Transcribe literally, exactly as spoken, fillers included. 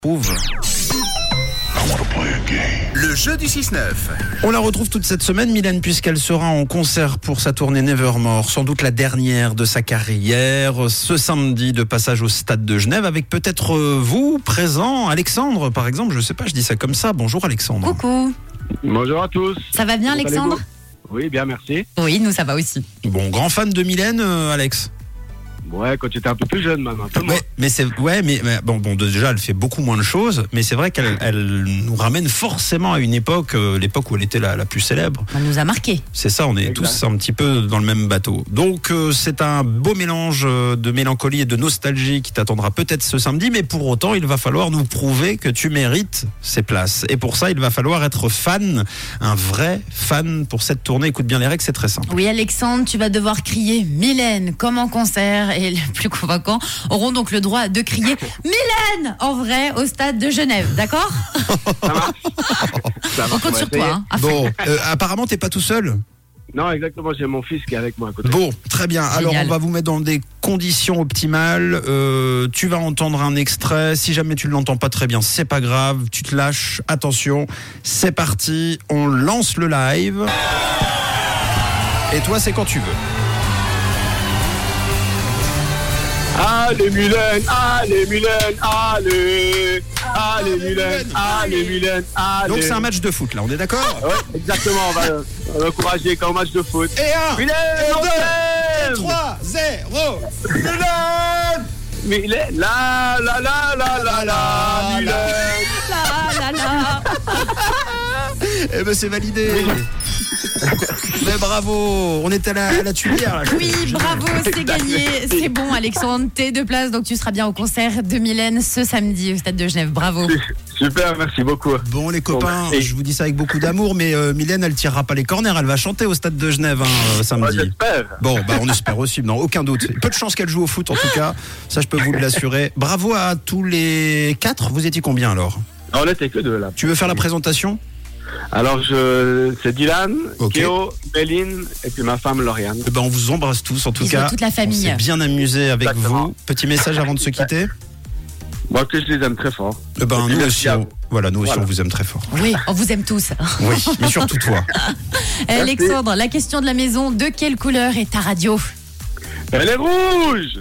Trouve. Le jeu du six neuf. On la retrouve toute cette semaine, Mylène, puisqu'elle sera en concert pour sa tournée Nevermore, sans doute la dernière de sa carrière, ce samedi de passage au Stade de Genève, avec peut-être euh, vous, présent, Alexandre, par exemple, je sais pas, je dis ça comme ça. Bonjour Alexandre. Coucou. Bonjour à tous. Ça va bien, Comment Alexandre? allez-vous? Oui, bien, merci. Oui, nous ça va aussi. Bon, grand fan de Mylène, euh, Alex. Ouais, quand j'étais un peu plus jeune, maintenant, un peu moins. Ouais, mais c'est ouais, mais, mais bon, bon, déjà, elle fait beaucoup moins de choses, mais c'est vrai qu'elle elle nous ramène forcément à une époque, euh, l'époque où elle était la, la plus célèbre. Elle nous a marqué. C'est ça, on est Exact. tous un petit peu dans le même bateau. Donc euh, c'est un beau mélange euh, de mélancolie et de nostalgie qui t'attendra peut-être ce samedi, mais pour autant, il va falloir nous prouver que tu mérites ces places. Et pour ça, il va falloir être fan, un vrai fan pour cette tournée. Écoute bien les règles, c'est très simple. Oui, Alexandre, tu vas devoir crier Mylène comme en concert, et les plus convaincants auront donc le droit de crier Mylène en vrai au Stade de Genève, d'accord? Ça marche. Ça On marche, compte va sur essayer. toi. Hein, à fond. Bon, euh, apparemment, t'es pas tout seul. Non, exactement, j'ai mon fils qui est avec moi à côté. Bon, très bien. Alors, Génial. on va vous mettre dans des conditions optimales. Euh, tu vas entendre un extrait. Si jamais tu ne l'entends pas très bien, c'est pas grave. Tu te lâches. Attention, c'est parti. On lance le live. Et toi, c'est quand tu veux. Allez Mylène, allez Mylène, allez Allez Mylène, allez Mylène, allez. Donc, c'est un match de foot, là. On est d'accord? Ouais, exactement, on va, on va encourager comme match de foot. Et un, Mylène, et on deux, t'aime. et trois, zéro. Mylène Mylène, la la la la la la Mylène. La, la, la. Eh ben, c'est validé. Mais bravo, on est à la, à la tuilière là. Oui, bravo, c'est gagné. C'est bon, Alexandre, t'es de place, donc tu seras bien au concert de Mylène ce samedi au Stade de Genève. Bravo. Super, merci beaucoup. Bon les copains, Bon, et- je vous dis ça avec beaucoup d'amour, mais euh, Mylène elle tirera pas les corners, elle va chanter au Stade de Genève hein, euh, Ouais, samedi. j'espère. Bon bah on espère aussi, non aucun doute. Peu de chance qu'elle joue au foot en tout cas, ça je peux vous l'assurer. Bravo à tous les quatre, vous étiez combien alors? On était que deux là. Tu veux faire la présentation? Alors, je, c'est Dylan, Ok. Kéo, Méline et puis ma femme Lauriane. Eh ben, on vous embrasse tous en tout Bisous cas. à toute la famille. On s'est bien amusé avec Exactement. vous. Petit message avant de se quitter. Moi, que je les aime très fort. Eh ben, Et puis, nous merci aussi, à on, vous. voilà, nous aussi Voilà. on vous aime très fort. Oui, on vous aime tous. Oui, mais surtout toi. Alexandre, la question de la maison, de quelle couleur est ta radio? Elle est rouge!